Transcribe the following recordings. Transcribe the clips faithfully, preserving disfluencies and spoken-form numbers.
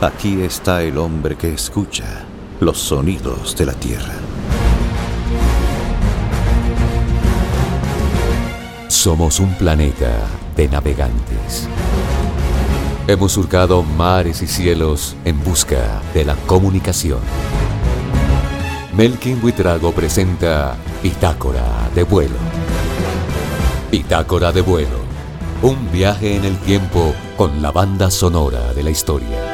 Aquí está el hombre que escucha los sonidos de la tierra. Somos un planeta de navegantes. Hemos surcado mares y cielos en busca de la comunicación. Melkin Buitrago presenta Bitácora de vuelo. Bitácora de vuelo. Un viaje en el tiempo con la banda sonora de la historia.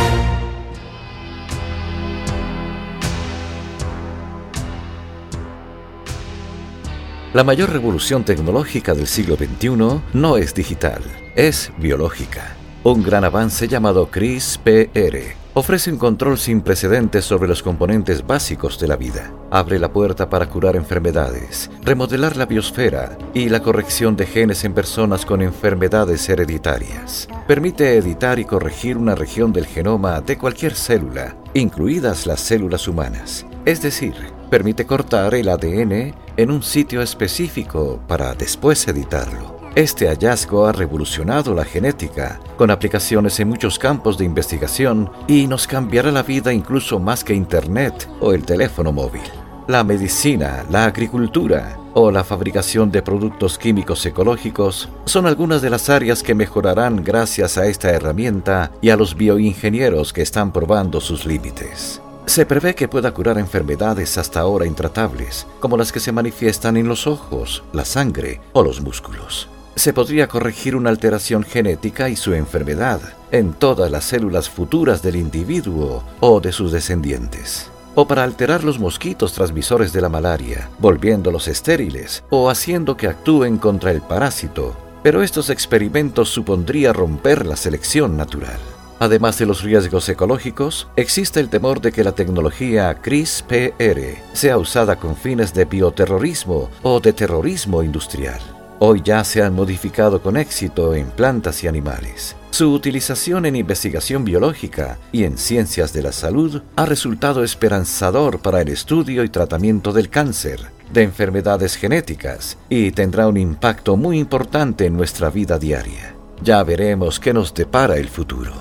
La mayor revolución tecnológica del siglo veintiuno no es digital, es biológica. Un gran avance llamado CRISPR ofrece un control sin precedentes sobre los componentes básicos de la vida. Abre la puerta para curar enfermedades, remodelar la biosfera y la corrección de genes en personas con enfermedades hereditarias. Permite editar y corregir una región del genoma de cualquier célula, incluidas las células humanas. Es decir, permite cortar el A D N en un sitio específico para después editarlo. Este hallazgo ha revolucionado la genética, con aplicaciones en muchos campos de investigación, y nos cambiará la vida incluso más que Internet o el teléfono móvil. La medicina, la agricultura o la fabricación de productos químicos ecológicos son algunas de las áreas que mejorarán gracias a esta herramienta y a los bioingenieros que están probando sus límites. Se prevé que pueda curar enfermedades hasta ahora intratables, como las que se manifiestan en los ojos, la sangre o los músculos. Se podría corregir una alteración genética y su enfermedad en todas las células futuras del individuo o de sus descendientes. O para alterar los mosquitos transmisores de la malaria, volviéndolos estériles o haciendo que actúen contra el parásito. Pero estos experimentos supondría romper la selección natural. Además de los riesgos ecológicos, existe el temor de que la tecnología CRISPR sea usada con fines de bioterrorismo o de terrorismo industrial. Hoy ya se han modificado con éxito en plantas y animales. Su utilización en investigación biológica y en ciencias de la salud ha resultado esperanzador para el estudio y tratamiento del cáncer, de enfermedades genéticas, y tendrá un impacto muy importante en nuestra vida diaria. Ya veremos qué nos depara el futuro.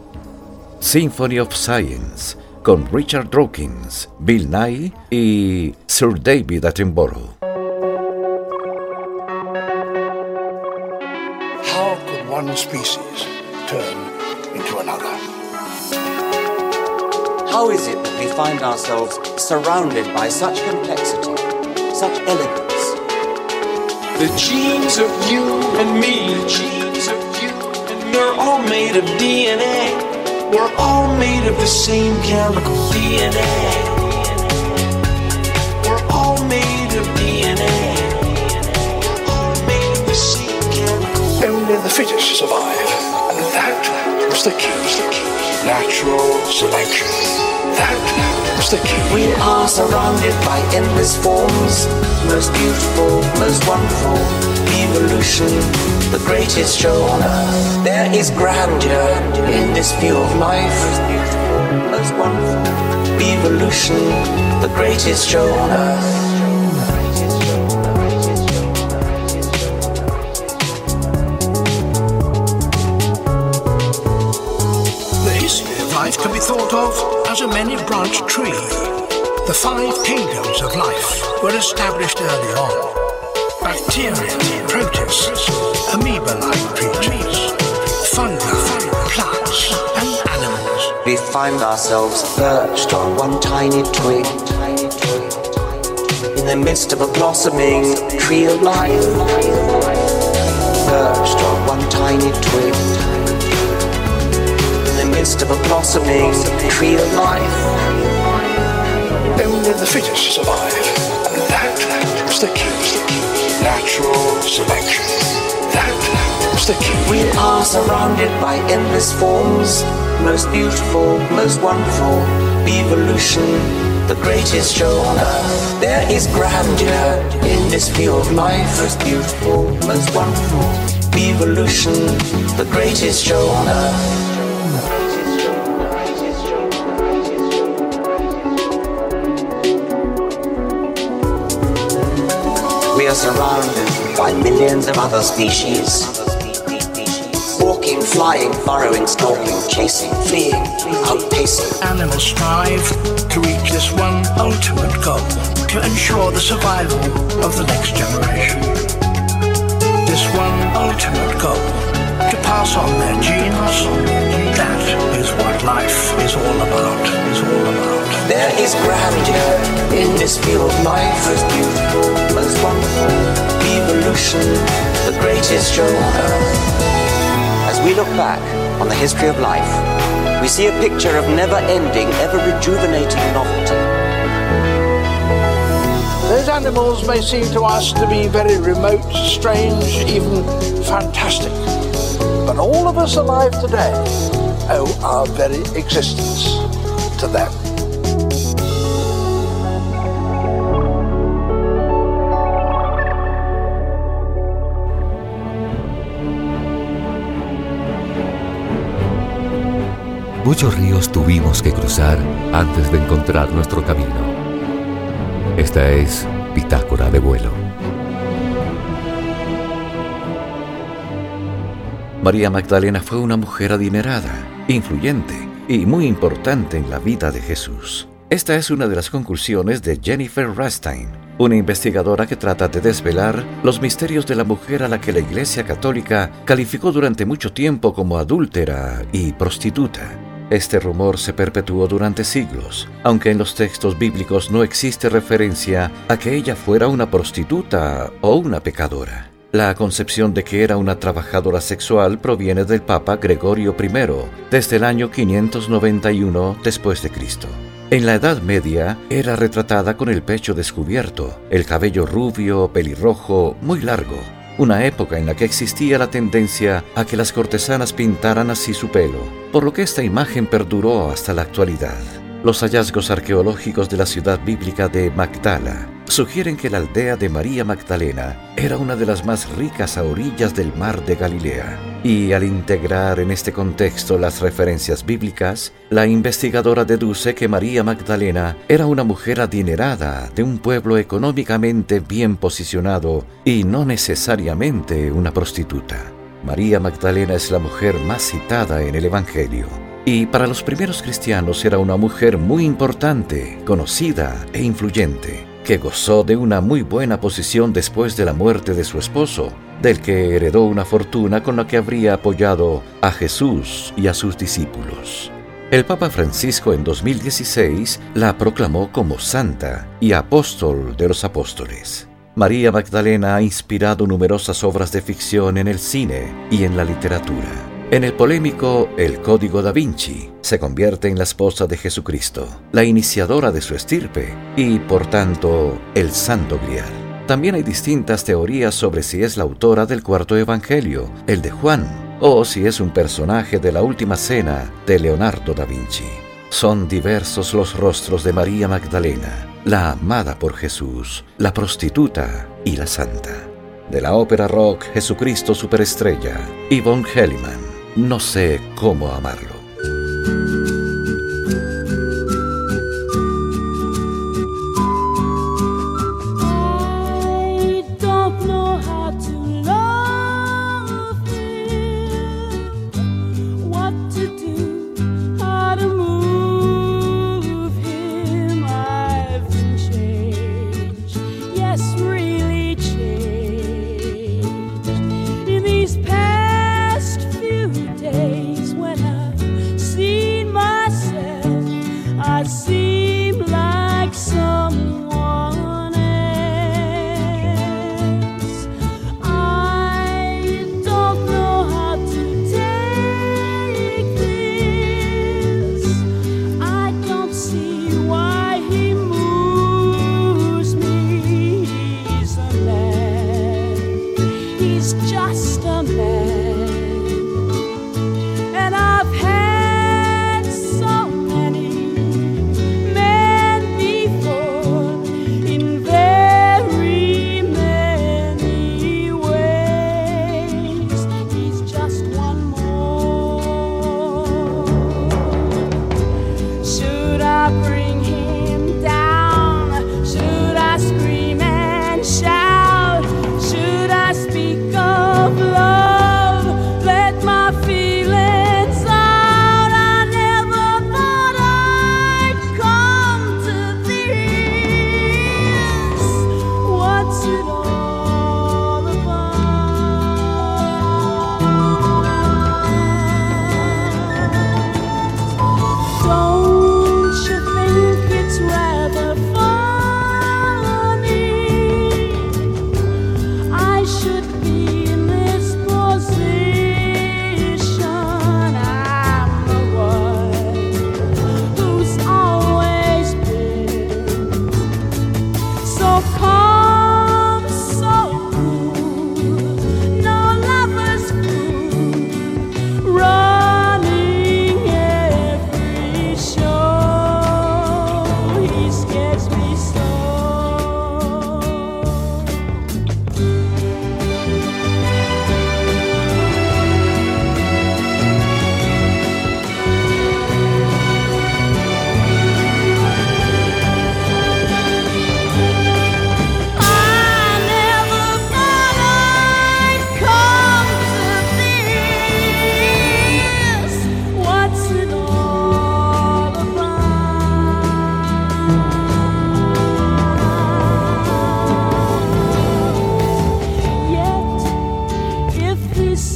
Symphony of Science, con Richard Dawkins, Bill Nye y Sir David Attenborough. How could one species turn into another? How is it that we find ourselves surrounded by such complexity, such elegance? The genes of you and me, the genes of you and me, we're all made of D N A. We're all made of the same chemical D N A. We're all made of D N A. We're all made of the same chemical. Only the fittest survive, and that was the key. Natural selection. That was the key. We are surrounded by endless forms, most beautiful, most wonderful. Evolution, the greatest show on earth. There is grandeur in this view of life, most wonderful. Evolution, the greatest show on earth. The history of life can be thought of as a many-branched tree. The five kingdoms of life were established early on. Bacteria, protists, amoeba-like creatures, fungi, plants, and animals. We find ourselves perched on one tiny twig, in the midst of a blossoming tree of life. Perched on one tiny twig, in the midst of a blossoming tree of life. Only the fittest survive, and that was the key. Natural selection. That was the key. We are surrounded by endless forms, most beautiful, most wonderful. Evolution, the greatest show on earth. There is grandeur in this view of life, most beautiful, most wonderful. Evolution, the greatest show on earth. We are surrounded by millions of other species, walking flying, burrowing, stalking, chasing, fleeing, outpacing. Animals strive to reach this one ultimate goal, to ensure the survival of the next generation. This one ultimate goal, to pass on their genes. That is what life is all about, is all about. There is grandeur in this view of life, most beautiful, most wonderful. Evolution, the greatest show on earth. As we look back on the history of life, we see a picture of never-ending, ever-rejuvenating novelty. Those animals may seem to us to be very remote, strange, even fantastic. But all of us alive today owe our very existence to them. Muchos ríos tuvimos que cruzar antes de encontrar nuestro camino. Esta es Bitácora de Vuelo. María Magdalena fue una mujer adinerada, influyente y muy importante en la vida de Jesús. Esta es una de las conclusiones de Jennifer Rastein, una investigadora que trata de desvelar los misterios de la mujer a la que la Iglesia Católica calificó durante mucho tiempo como adúltera y prostituta. Este rumor se perpetuó durante siglos, aunque en los textos bíblicos no existe referencia a que ella fuera una prostituta o una pecadora. La concepción de que era una trabajadora sexual proviene del Papa Gregorio primero, desde el año quinientos noventa y uno después de Cristo. En la Edad Media era retratada con el pecho descubierto, el cabello rubio, pelirrojo, muy largo. Una época en la que existía la tendencia a que las cortesanas pintaran así su pelo, por lo que esta imagen perduró hasta la actualidad. Los hallazgos arqueológicos de la ciudad bíblica de Magdala sugieren que la aldea de María Magdalena era una de las más ricas a orillas del mar de Galilea. Y al integrar en este contexto las referencias bíblicas, la investigadora deduce que María Magdalena era una mujer adinerada de un pueblo económicamente bien posicionado y no necesariamente una prostituta. María Magdalena es la mujer más citada en el Evangelio. Y para los primeros cristianos era una mujer muy importante, conocida e influyente, que gozó de una muy buena posición después de la muerte de su esposo, del que heredó una fortuna con la que habría apoyado a Jesús y a sus discípulos. El Papa Francisco en dos mil dieciséis la proclamó como santa y apóstol de los apóstoles. María Magdalena ha inspirado numerosas obras de ficción en el cine y en la literatura. En el polémico El Código da Vinci, se convierte en la esposa de Jesucristo, la iniciadora de su estirpe y, por tanto, el Santo Grial. También hay distintas teorías sobre si es la autora del cuarto evangelio, el de Juan, o si es un personaje de la Última Cena de Leonardo da Vinci. Son diversos los rostros de María Magdalena, la amada por Jesús, la prostituta y la santa. De la ópera rock Jesucristo Superestrella, Yvonne Helliman. No sé cómo amarlo. I don't know how to love him, what to do, how to move him. I've been changed, yes, really changed in these past days when I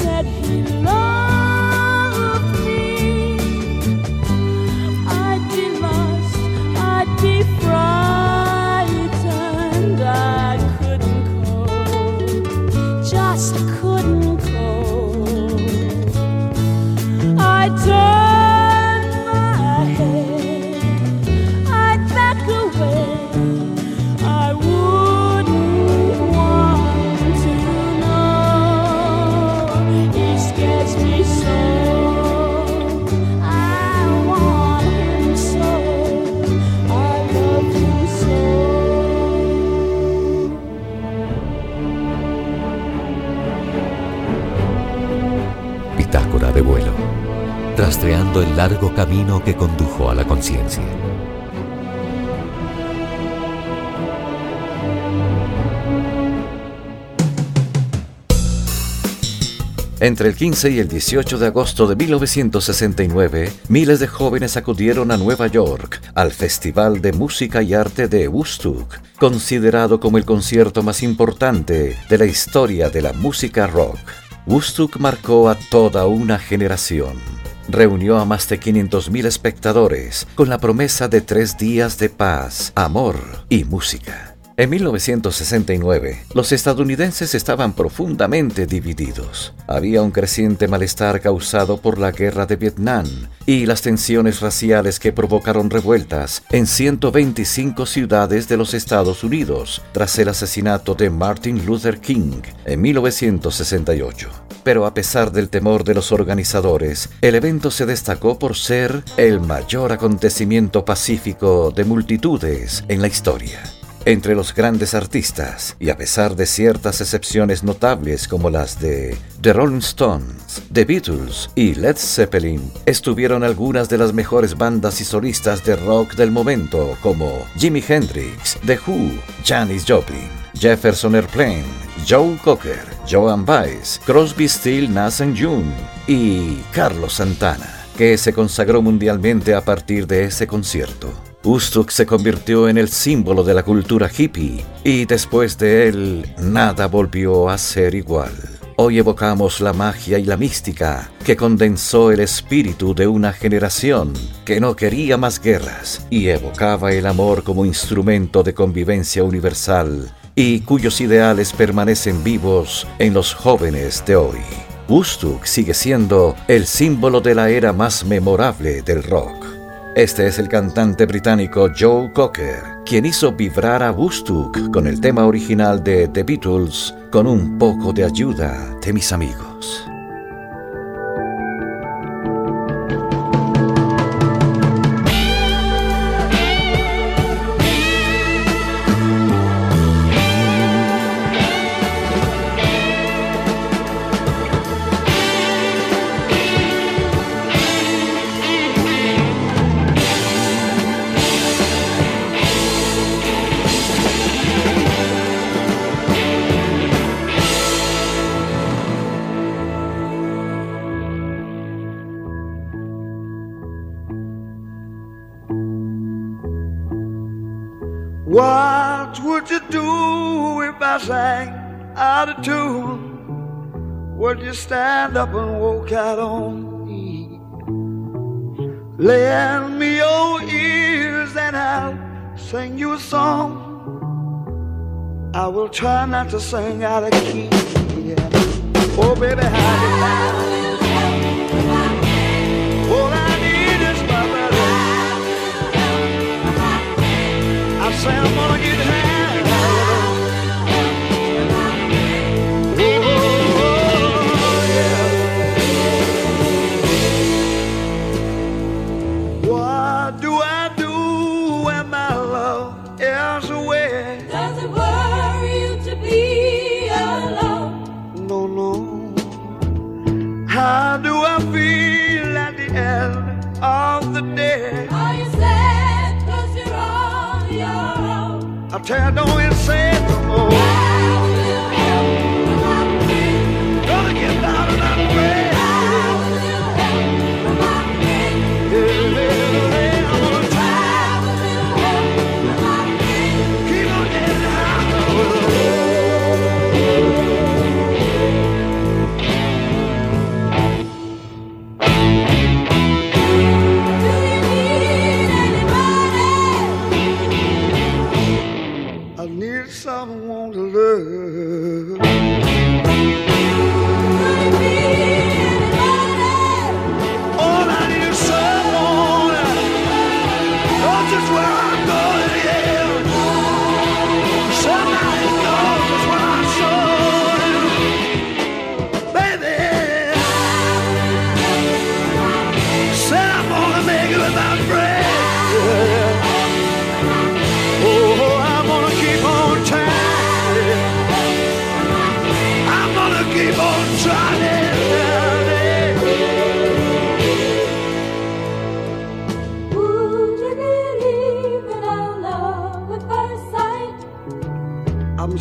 said he loved me. I'd be lost, I'd be frightened. I couldn't cope, just couldn't cope. I turned my head, I'd back away. I wouldn't want to know. He scares me so. I want him so. I love him so. Bitácora de vuelo, rastreando el largo camino que condujo a la conciencia. Entre el quince y el dieciocho de agosto de mil novecientos sesenta y nueve, miles de jóvenes acudieron a Nueva York al Festival de Música y Arte de Woodstock, considerado como el concierto más importante de la historia de la música rock. Woodstock marcó a toda una generación. Reunió a más de quinientos mil espectadores con la promesa de tres días de paz, amor y música. En mil novecientos sesenta y nueve, los estadounidenses estaban profundamente divididos. Había un creciente malestar causado por la guerra de Vietnam y las tensiones raciales que provocaron revueltas en ciento veinticinco ciudades de los Estados Unidos tras el asesinato de Martin Luther King en mil novecientos sesenta y ocho. Pero a pesar del temor de los organizadores, el evento se destacó por ser el mayor acontecimiento pacífico de multitudes en la historia. Entre los grandes artistas, y a pesar de ciertas excepciones notables como las de The Rolling Stones, The Beatles y Led Zeppelin, estuvieron algunas de las mejores bandas y solistas de rock del momento como Jimi Hendrix, The Who, Janis Joplin, Jefferson Airplane, Joe Cocker, Joan Baez, Crosby, Stills, Nash and Young y Carlos Santana, que se consagró mundialmente a partir de ese concierto. Woodstock se convirtió en el símbolo de la cultura hippie y después de él nada volvió a ser igual. Hoy evocamos la magia y la mística que condensó el espíritu de una generación que no quería más guerras y evocaba el amor como instrumento de convivencia universal y cuyos ideales permanecen vivos en los jóvenes de hoy. Woodstock sigue siendo el símbolo de la era más memorable del rock. Este es el cantante británico Joe Cocker, quien hizo vibrar a Woodstock con el tema original de The Beatles con un poco de ayuda de mis amigos. What would you do if I sang out of tune? Would you stand up and walk out on me? Lend me your ears and I'll sing you a song. I will try not to sing out of key. Yeah. Oh baby, how do you all I need is my brother. I say I'm gonna get high. Oh, yeah. What do I do when my love is away? Does it worry you to be alone? No, no. How do I feel at the end of the day? Are you sad cause you're on your own? I tell you, don't you say it no more. How will you help my pain? Gonna get down and out of the way. How will you help my pain? Yeah, yeah, yeah. I'm gonna try. How will you help my pain? Keep on getting high.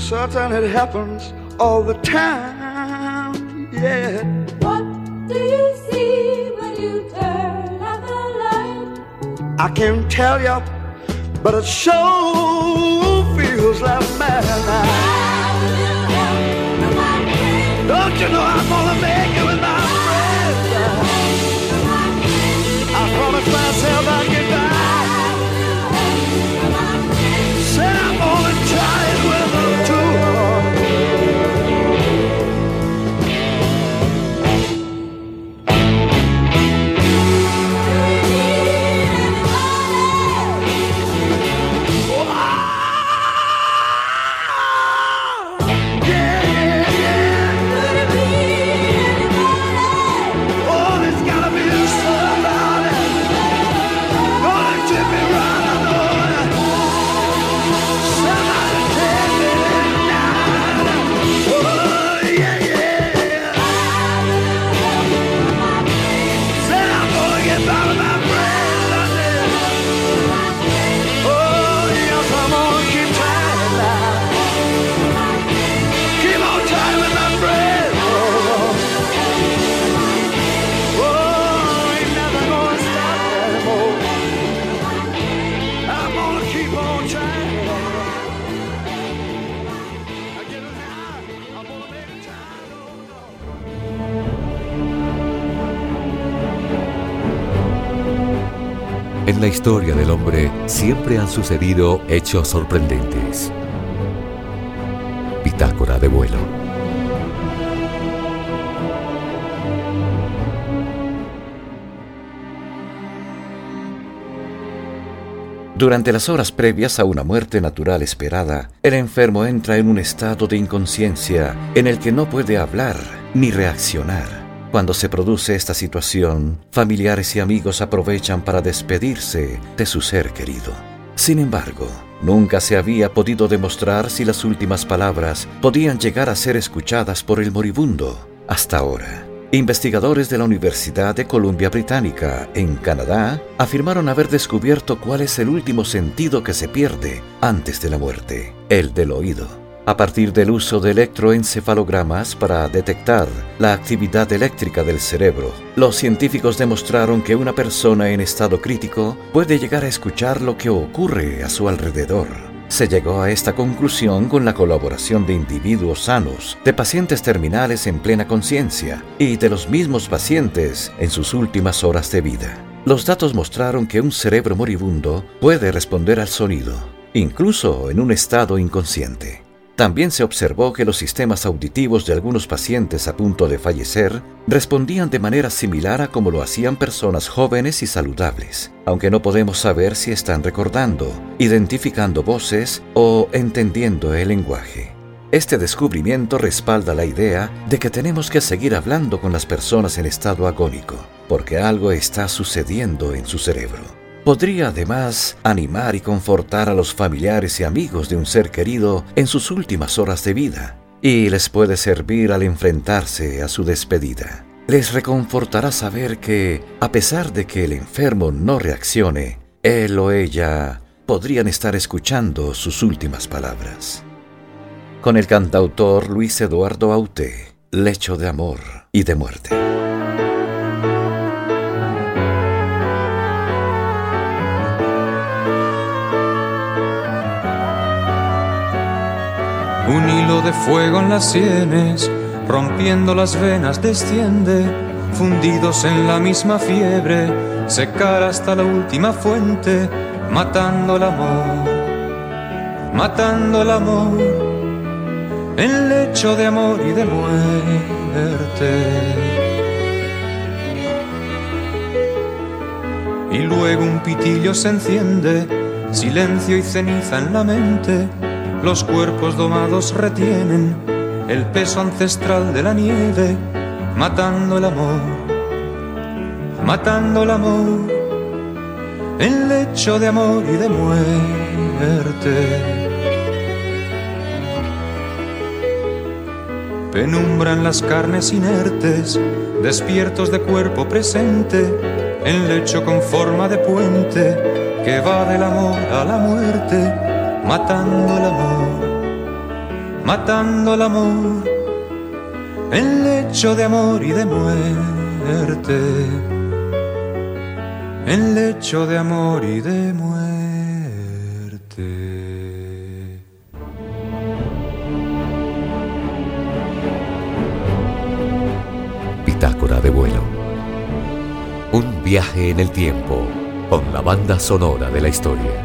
certain it happens all the time, yeah. What do you see when you turn out the light? I can't tell you, but it sure feels like madness. Don't you know I'm gonna make it with my friends? I promised myself I'd get back. Said I'm gonna try it with them too. En la historia del hombre siempre han sucedido hechos sorprendentes. Bitácora de vuelo. Durante las horas previas a una muerte natural esperada, el enfermo entra en un estado de inconsciencia en el que no puede hablar ni reaccionar. Cuando se produce esta situación, familiares y amigos aprovechan para despedirse de su ser querido. Sin embargo, nunca se había podido demostrar si las últimas palabras podían llegar a ser escuchadas por el moribundo. Hasta ahora, investigadores de la Universidad de Columbia Británica, en Canadá, afirmaron haber descubierto cuál es el último sentido que se pierde antes de la muerte: el del oído. A partir del uso de electroencefalogramas para detectar la actividad eléctrica del cerebro, los científicos demostraron que una persona en estado crítico puede llegar a escuchar lo que ocurre a su alrededor. Se llegó a esta conclusión con la colaboración de individuos sanos, de pacientes terminales en plena conciencia y de los mismos pacientes en sus últimas horas de vida. Los datos mostraron que un cerebro moribundo puede responder al sonido, incluso en un estado inconsciente. También se observó que los sistemas auditivos de algunos pacientes a punto de fallecer respondían de manera similar a como lo hacían personas jóvenes y saludables, aunque no podemos saber si están recordando, identificando voces o entendiendo el lenguaje. Este descubrimiento respalda la idea de que tenemos que seguir hablando con las personas en estado agónico, porque algo está sucediendo en su cerebro. Podría además animar y confortar a los familiares y amigos de un ser querido en sus últimas horas de vida, y les puede servir al enfrentarse a su despedida. Les reconfortará saber que, a pesar de que el enfermo no reaccione, él o ella podrían estar escuchando sus últimas palabras. Con el cantautor Luis Eduardo Aute, Lecho de amor y de muerte. Un hilo de fuego en las sienes, rompiendo las venas desciende, fundidos en la misma fiebre, secar hasta la última fuente, matando el amor, matando el amor, en lecho de amor y de muerte. Y luego un pitillo se enciende, silencio y ceniza en la mente. Los cuerpos domados retienen el peso ancestral de la nieve, matando el amor, matando el amor, en lecho de amor y de muerte. Penumbran las carnes inertes, despiertos de cuerpo presente, en lecho con forma de puente que va del amor a la muerte, matando el amor, matando el amor en lecho de amor y de muerte, en lecho de amor y de muerte. Bitácora de vuelo. Un viaje en el tiempo con la banda sonora de la historia.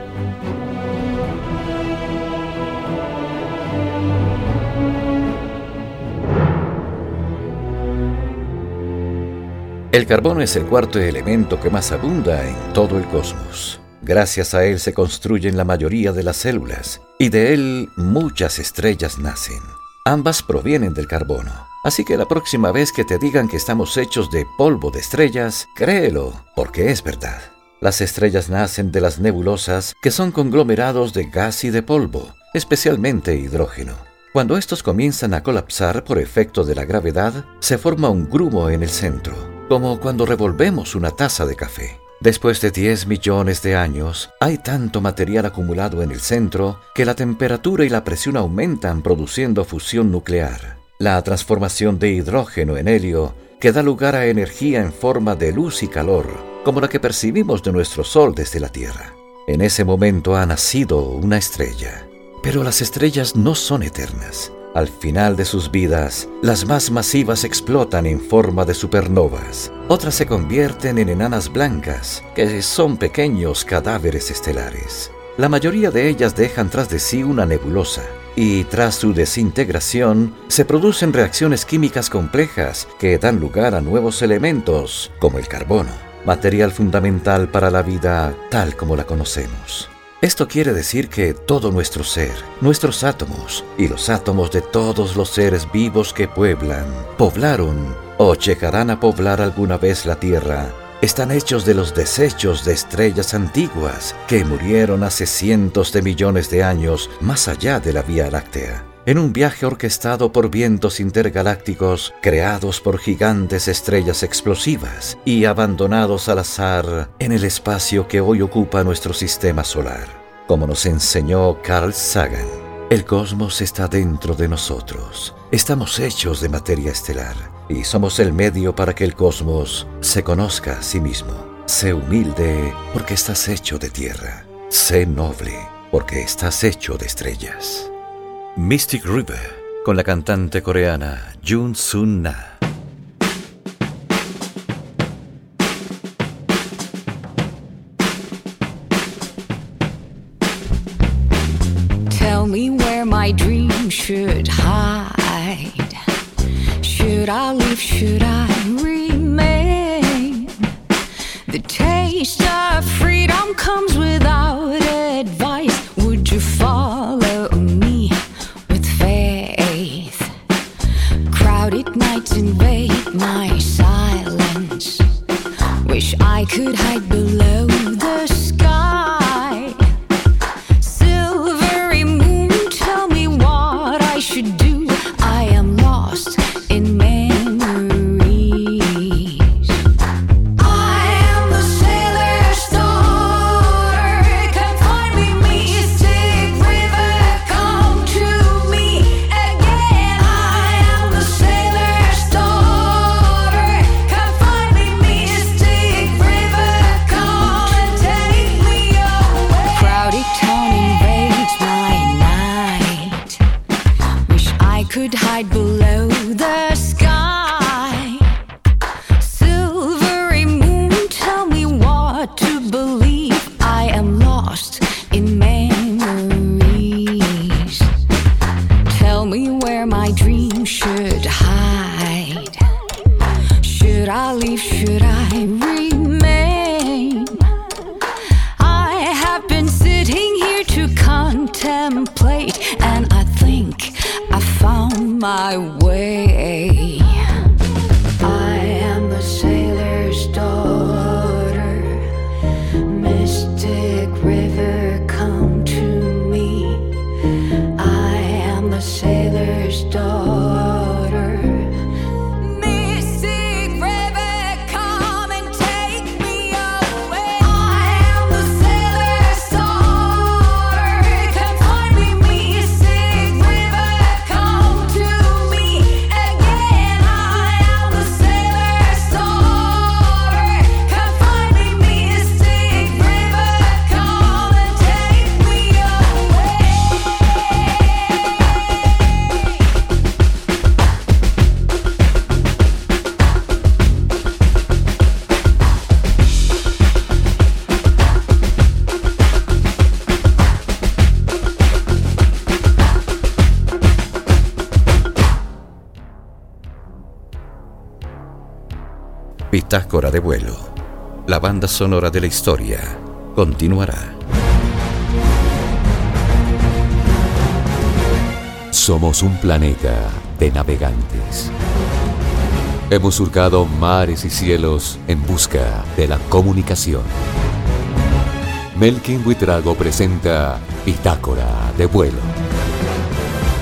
El carbono es el cuarto elemento que más abunda en todo el cosmos. Gracias a él se construyen la mayoría de las células y de él muchas estrellas nacen. Ambas provienen del carbono. Así que la próxima vez que te digan que estamos hechos de polvo de estrellas, créelo, porque es verdad. Las estrellas nacen de las nebulosas, que son conglomerados de gas y de polvo, especialmente hidrógeno. Cuando estos comienzan a colapsar por efecto de la gravedad, se forma un grumo en el centro, como cuando revolvemos una taza de café. Después de diez millones de años, hay tanto material acumulado en el centro que la temperatura y la presión aumentan produciendo fusión nuclear. La transformación de hidrógeno en helio, que da lugar a energía en forma de luz y calor, como la que percibimos de nuestro Sol desde la Tierra. En ese momento ha nacido una estrella. Pero las estrellas no son eternas. Al final de sus vidas, las más masivas explotan en forma de supernovas. Otras se convierten en enanas blancas, que son pequeños cadáveres estelares. La mayoría de ellas dejan tras de sí una nebulosa, y tras su desintegración se producen reacciones químicas complejas que dan lugar a nuevos elementos, como el carbono, material fundamental para la vida tal como la conocemos. Esto quiere decir que todo nuestro ser, nuestros átomos y los átomos de todos los seres vivos que pueblan, poblaron o llegarán a poblar alguna vez la Tierra, están hechos de los desechos de estrellas antiguas que murieron hace cientos de millones de años más allá de la Vía Láctea, en un viaje orquestado por vientos intergalácticos creados por gigantes estrellas explosivas y abandonados al azar en el espacio que hoy ocupa nuestro sistema solar. Como nos enseñó Carl Sagan, el cosmos está dentro de nosotros. Estamos hechos de materia estelar y somos el medio para que el cosmos se conozca a sí mismo. Sé humilde porque estás hecho de tierra. Sé noble porque estás hecho de estrellas. Mystic River, con la cantante coreana Yoon Sun Na. Tell me where my dream should hide. Should I live, should I remain? The taste of freedom comes without advice. Would you follow me with faith? Crowded nights invade my silence. Wish I could hide below the sky. Silvery moon, tell me what I should do. I am lost in memories. I am the sailor's daughter. Come find me, Mystic River, come to me again. I am the sailor's daughter. Come find me, Mystic River, come and take me away. Crowded town invades my night. Wish I could hide below the sky. Silvery moon, tell me what to believe. I am lost in memories. Tell me where my dream should hide. Should I leave, should I remain? I have been sitting here to contemplate, and I think I found my way. I am the sailor's daughter. Mystic River, come to me. I am the sailor's daughter. Mystic River, come and take me away. I am the sailor's daughter. Come find me, Mystic River, Bitácora de vuelo. La banda sonora de la historia continuará. Somos un planeta de navegantes. Hemos surcado mares y cielos en busca de la comunicación. Melkin Buitrago presenta Bitácora de vuelo.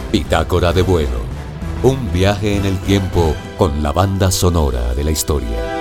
Bitácora de vuelo. Un viaje en el tiempo con la banda sonora de la historia.